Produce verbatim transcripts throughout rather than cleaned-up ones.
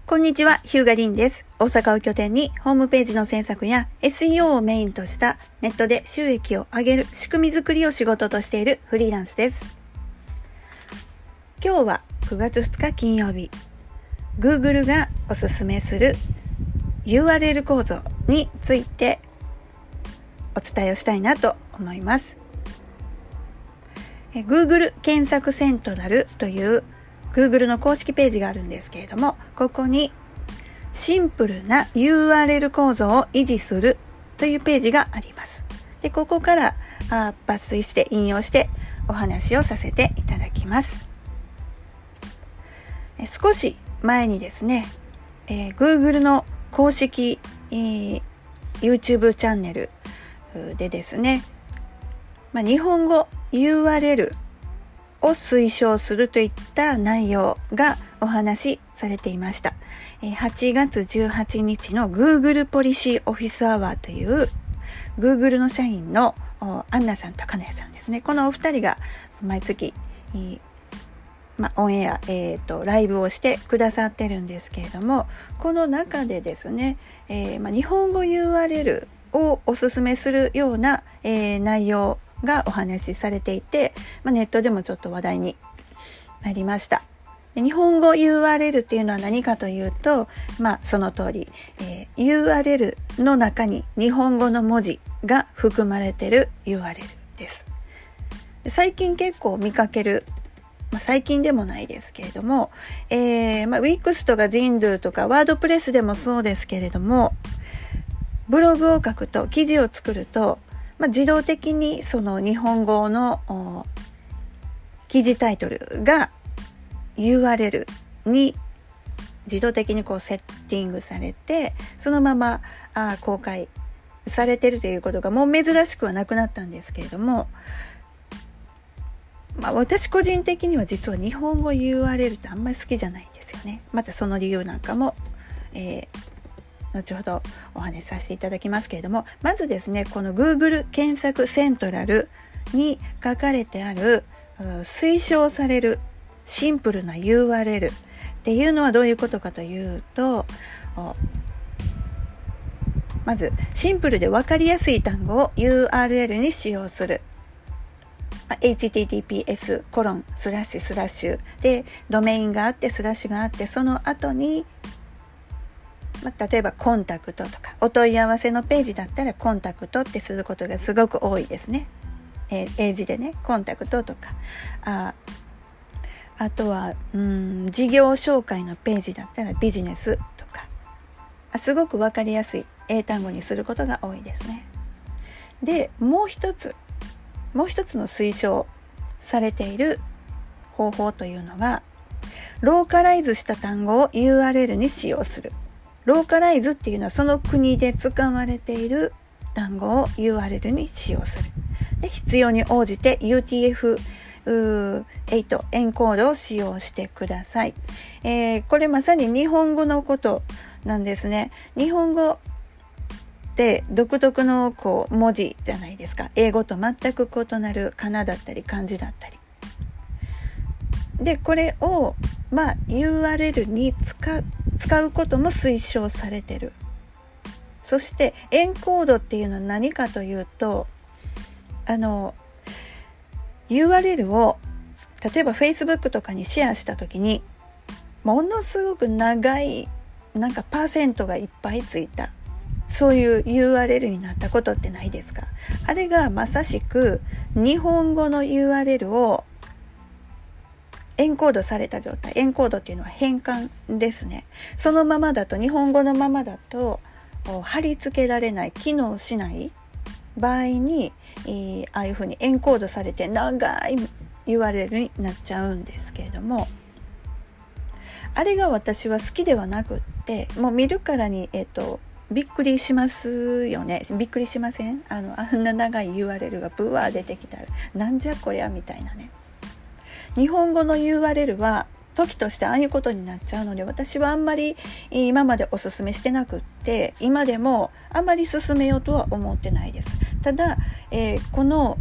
こんにちは、ヒューガリンです。大阪を拠点にホームページの制作や エスイーオー をメインとしたネットで収益を上げる仕組み作りを仕事としているフリーランスです。今日はくがつふつか金曜日、Google がおすすめする ユーアールエル 構造についてお伝えをしたいなと思います。Google 検索セントラルというGoogle の公式ページがあるんですけれども、ここにシンプルな ユーアールエル 構造を維持するというページがあります。で、ここからあ抜粋して引用してお話をさせていただきます。え少し前にですね、えー、Google の公式、えー、YouTube チャンネルでですね、まあ、日本語 ユーアールエルを推奨するといった内容がお話しされていました。はちがつじゅうはちにちの Google ポリシーオフィスアワーという Google の社員のアンナさんと金谷さんですね。このお二人が毎月、まあ、オンエア、えーと、ライブをしてくださってるんですけれども、この中でですね、えーまあ、日本語 ユーアールエル をおすすめするような、えー、内容がお話しされていて、まあ、ネットでもちょっと話題になりました。で日本語 ユーアールエル っていうのは何かというと、まあその通り、えー、ユーアールエル の中に日本語の文字が含まれている ユーアールエル です。で最近結構見かける、まあ、最近でもないですけれども、えーまあ、Wix とか Jindu とか WordPress でもそうですけれども、ブログを書くと記事を作るとまあ、自動的にその日本語の記事タイトルが ユーアールエル に自動的にこうセッティングされて、そのままあ公開されているということがもう珍しくはなくなったんですけれども、まあ、私個人的には実は日本語 ユーアールエル ってあんまり好きじゃないんですよね。またその理由なんかも、えー後ほどお話しさせていただきますけれども、まずですね、この Google 検索セントラルに書かれてある推奨されるシンプルな ユーアールエル っていうのはどういうことかというと、まずシンプルで分かりやすい単語を ユーアールエル に使用する。エイチティーティーピーエス コロンスラッシュスラッシュでドメインがあってスラッシュがあって、その後にまあ、例えばコンタクトとかお問い合わせのページだったらコンタクトってすることがすごく多いですね。えー、英字でね、コンタクトとか、ああとはうん事業紹介のページだったらビジネスとか、あすごくわかりやすい英単語にすることが多いですね。で、もう一つもう一つの推奨されている方法というのが、ローカライズした単語を ユーアールエル に使用する。ローカライズっていうのはその国で使われている単語を ユーアールエル に使用する。で、必要に応じて ユーティーエフエイト エンコードを使用してください。えー、これまさに日本語のことなんですね。日本語って独特のこう文字じゃないですか。英語と全く異なる仮名だったり漢字だったり。で、これをまあ ユーアールエル に使う使うことも推奨されてる。そしてエンコードっていうのは何かというと、あの ユーアールエル を例えば Facebook とかにシェアした時にものすごく長いなんかパーセントがいっぱいついた、そういう ユーアールエル になったことってないですか？あれがまさしく日本語の ユーアールエル をエンコードされた状態。エンコードっていうのは変換ですね。そのままだと、日本語のままだと貼り付けられない、機能しない場合に、えー、ああいうふうにエンコードされて長い ユーアールエル になっちゃうんですけれども、あれが私は好きではなくって、もう見るからに、えっと、びっくりしますよね。びっくりしません？あの、あんな長い ユーアールエル がブワー出てきたら、なんじゃこりゃみたいなね。日本語の ユーアールエル は時としてああいうことになっちゃうので、私はあんまり今までおすすめしてなくって、今でもあんまり進めようとは思ってないです。ただ、えー、この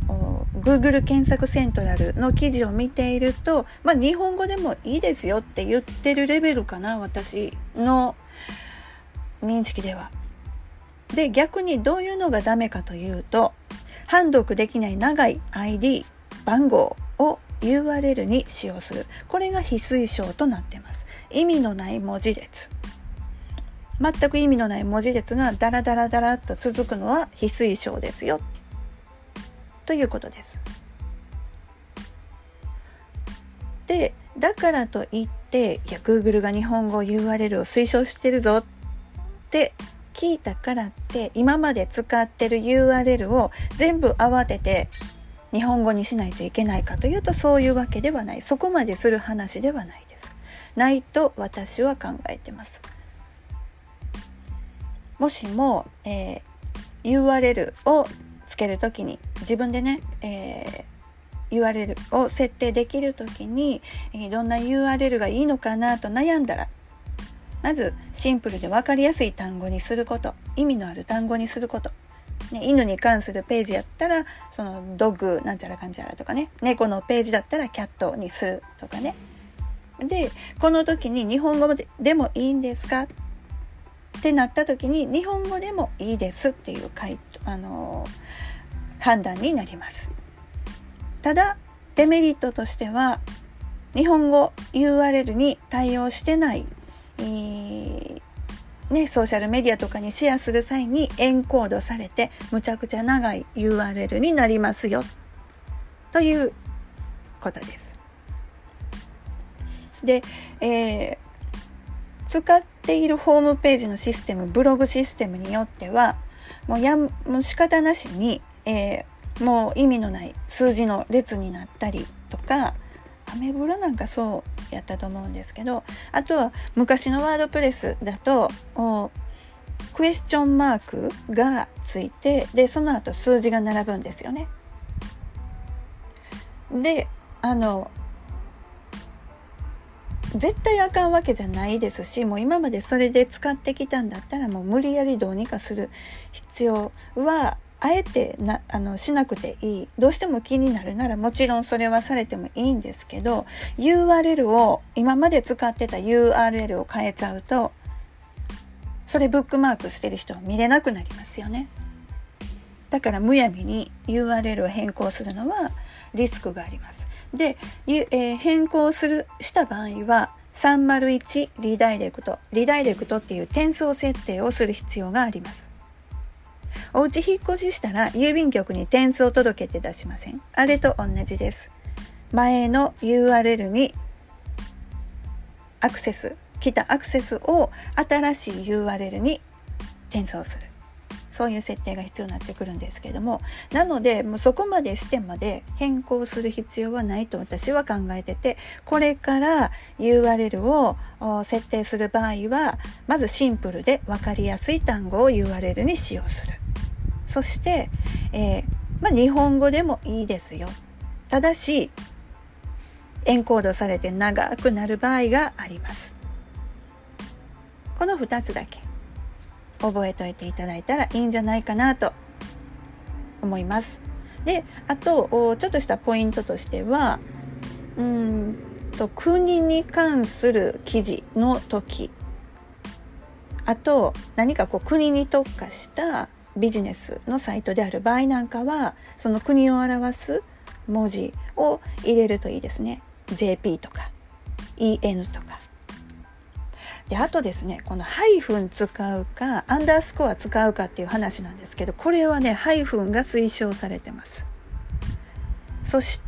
Google 検索セントラルの記事を見ていると、まあ、日本語でもいいですよって言ってるレベルかな、私の認識では。で、逆にどういうのがダメかというと、判読できない長い アイディー 番号を ユーアールエル に使用する。これが非推奨となっています。意味のない文字列、全く意味のない文字列がダラダラダラっと続くのは非推奨ですよということです。で、だからといっていや Google が日本語 ユーアールエル を推奨してるぞって聞いたからって今まで使ってる ユーアールエル を全部慌てて日本語にしないといけないかというと、そういうわけではない。そこまでする話ではないです。ないと私は考えてます。もしも、えー、ユーアールエル をつけるときに自分でね、えー、ユーアールエル を設定できるときに、えー、どんな ユーアールエル がいいのかなと悩んだら、まずシンプルで分かりやすい単語にすること、意味のある単語にすること、ね、犬に関するページやったらそのドッグなんちゃらかんちゃらとかね、猫のページだったらキャットにするとかね。で、この時に日本語ででもいいんですかってなった時に、日本語でもいいですっていう回答、あのー、判断になります。ただデメリットとしては、日本語 ユーアールエル に対応してない、えーね、ソーシャルメディアとかにシェアする際にエンコードされてむちゃくちゃ長い ユーアールエル になりますよということです。で、えー、使っているホームページのシステム、ブログシステムによってはもうやもう仕方なしに、えー、もう意味のない数字の列になったりとか、アメブロなんかそうやったと思うんですけど、あとは昔のワードプレスだとクエスチョンマークがついて、でその後数字が並ぶんですよね。で、あの絶対あかんわけじゃないですし、もう今までそれで使ってきたんだったらもう無理やりどうにかする必要はあえてなあのしなくていい。どうしても気になるならもちろんそれはされてもいいんですけど、 ユーアールエル を今まで使ってた ユーアールエル を変えちゃうと、それブックマークしてる人は見れなくなりますよね。だからむやみに ユーアールエル を変更するのはリスクがあります。で、えー、変更するした場合はさんまるいちリダイレクトリダイレクトっていう転送設定をする必要があります。お家引っ越ししたら郵便局に転送届って出しません？あれと同じです。前の ユーアールエル にアクセス来たアクセスを新しい ユーアールエル に転送する、そういう設定が必要になってくるんですけれども、なのでもうそこまでしてまで変更する必要はないと私は考えてて、これから ユーアールエル を設定する場合はまずシンプルで分かりやすい単語を ユーアールエル に使用する。そして、えーまあ、日本語でもいいですよ。ただしエンコードされて長くなる場合があります。このふたつだけ覚えておいていただいたらいいんじゃないかなと思います。で、あとちょっとしたポイントとしては、うーんと国に関する記事の時、あと何かこう国に特化したビジネスのサイトである場合なんかは、その国を表す文字を入れるといいですね。 ジェーピー とか イーエヌ とかで、あとですね、このハイフン使うかアンダースコア使うかっていう話なんですけど、これはねハイフンが推奨されてます。そして、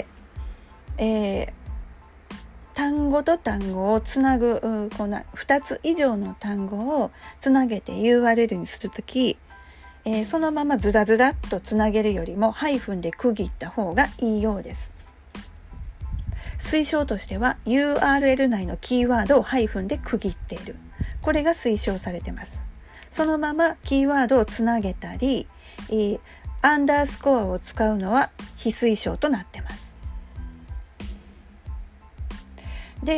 えー、単語と単語をつなぐこのふたつ以上の単語をつなげて ユーアールエル にするとき、えー、そのままズラズラっとつなげるよりもハイフンで区切った方がいいようです。推奨としては ユーアールエル 内のキーワードをハイフンで区切っている、これが推奨されてます。そのままキーワードをつなげたり、えー、アンダースコアを使うのは非推奨となってます。で、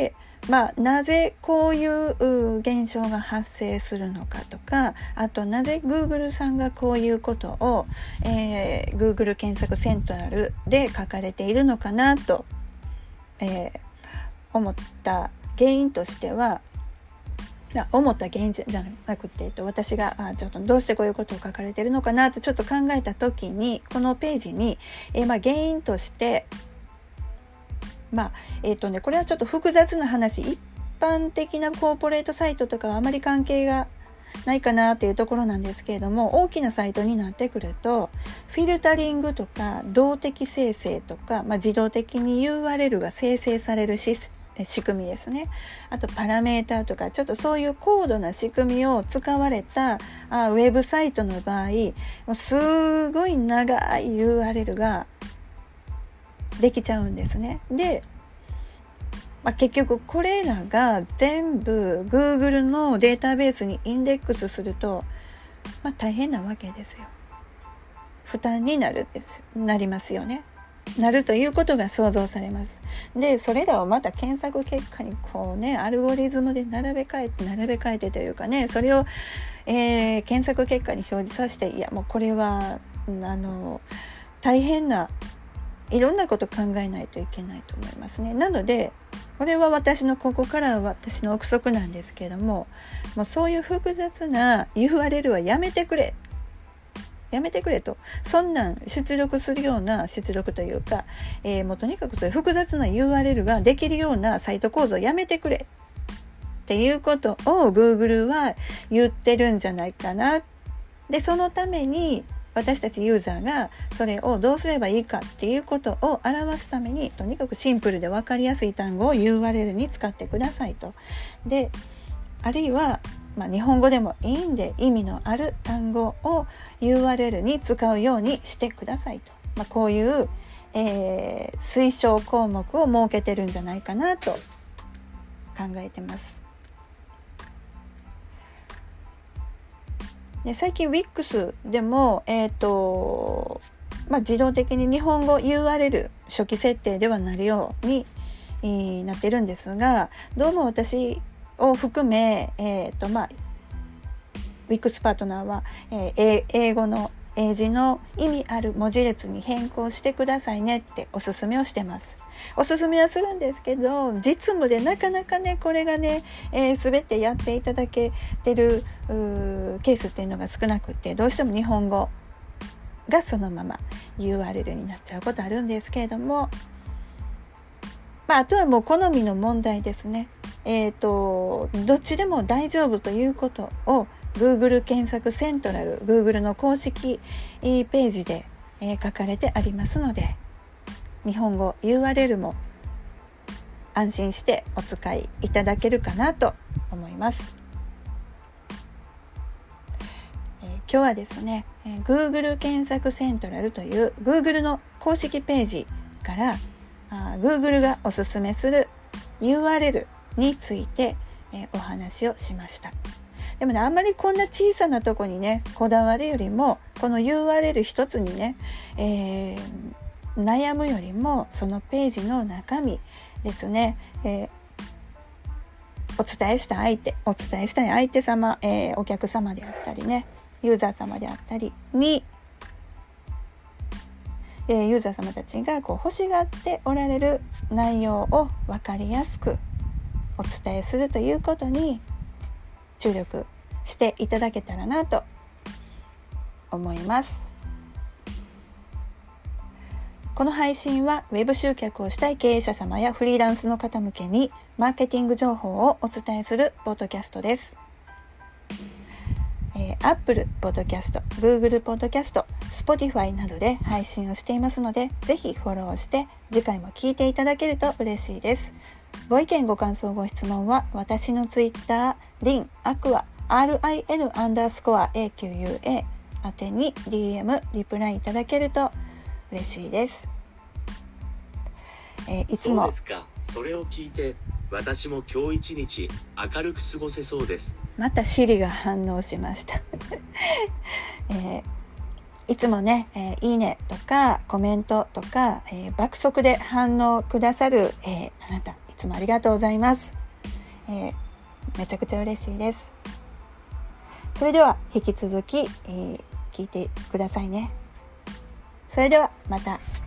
まあ、なぜこういう現象が発生するのかとか、あとなぜ Google さんがこういうことを、えー、Google 検索セントラルで書かれているのかなと、えー、思った原因としては、思った原因じゃなくて、私があちょっとどうしてこういうことを書かれているのかなってちょっと考えた時に、このページに、えーまあ、原因としてまあえっ、ー、とねこれはちょっと複雑な話、一般的なコーポレートサイトとかはあまり関係がないかなっていうところなんですけれども、大きなサイトになってくるとフィルタリングとか動的生成とか、まあ、自動的に ユーアールエル が生成されるシス仕組みですね。あとパラメーターとかちょっとそういう高度な仕組みを使われたあウェブサイトの場合、もうすごい長い ユーアールエル ができちゃうんですね。で、まあ、結局これらが全部 Google のデータベースにインデックスすると、まあ、大変なわけですよ。負担になるですなりますよね。なるということが想像されます。で、それらをまた検索結果にこうね、アルゴリズムで並べ替えて並べ替えてというかね、それを、えー、検索結果に表示させて、いやもうこれはあの大変ないろんなこと考えないといけないと思いますね。なのでこれは私のここからは私の憶測なんですけれども、もうそういう複雑な ユーアールエル はやめてくれやめてくれと、そんなん出力するような出力というか、えー、もうとにかくそういう複雑な ユーアールエル ができるようなサイト構造をやめてくれっていうことを Google は言ってるんじゃないかな。で、そのために私たちユーザーがそれをどうすればいいかっていうことを表すために、とにかくシンプルで分かりやすい単語を ユーアールエル に使ってくださいと。で、あるいはまあ、日本語でもいいんで意味のある単語を ユーアールエル に使うようにしてくださいと、まあ、こういう、えー、推奨項目を設けてるんじゃないかなと考えてます。で、最近 ウィックス でも、えーとまあ、自動的に日本語 ユーアールエル 初期設定ではなるように、えー、なってるんですが、どうも私を含め、えーとまあ、ウィックス パートナーは、えー、英語の英字の意味ある文字列に変更してくださいねっておすすめをしてます。おすすめはするんですけど、実務でなかなかねこれがね、えー、全てやっていただけてるケースっていうのが少なくて、どうしても日本語がそのまま ユーアールエル になっちゃうことあるんですけれども、まあ、あとはもう好みの問題ですね。えーと、どっちでも大丈夫ということを Google 検索セントラル Google の公式ページで、えー、書かれてありますので、日本語 ユーアールエル も安心してお使いいただけるかなと思います。えー、今日はですね、えー、Google 検索セントラルという Google の公式ページからあ Google がおすすめする ユーアールエル について、えー、お話をしました。でもね、あんまりこんな小さなとこにねこだわるよりも、この ユーアールエル 一つにね、えー、悩むよりもそのページの中身ですね、えー、お伝えした相手お伝えしたい相手様、えー、お客様であったりね、ユーザー様であったりに、えー、ユーザー様たちがこう欲しがっておられる内容を分かりやすくお伝えするということに注力していただけたらなと思います。この配信はウェブ集客をしたい経営者様やフリーランスの方向けにマーケティング情報をお伝えするポッドキャストです。えー、Apple Podcast、Google Podcast、Spotify などで配信をしていますので、ぜひフォローして次回も聞いていただけると嬉しいです。ご意見ご感想ご質問は私のツイッターリンアクア アールアイエヌ アンダースコア エーキューユーエー 宛てに ディーエム リプライいただけると嬉しいです。えー、いつもそうですか。それを聞いて私も今日一日明るく過ごせそうです。 またシリが反応しました、えー、いつもね、えー、いいねとかコメントとか、えー、爆速で反応くださる、えー、あなたいつもありがとうございます。 えー、めちゃくちゃ嬉しいです。それでは引き続き、えー、聞いてくださいね。それではまた。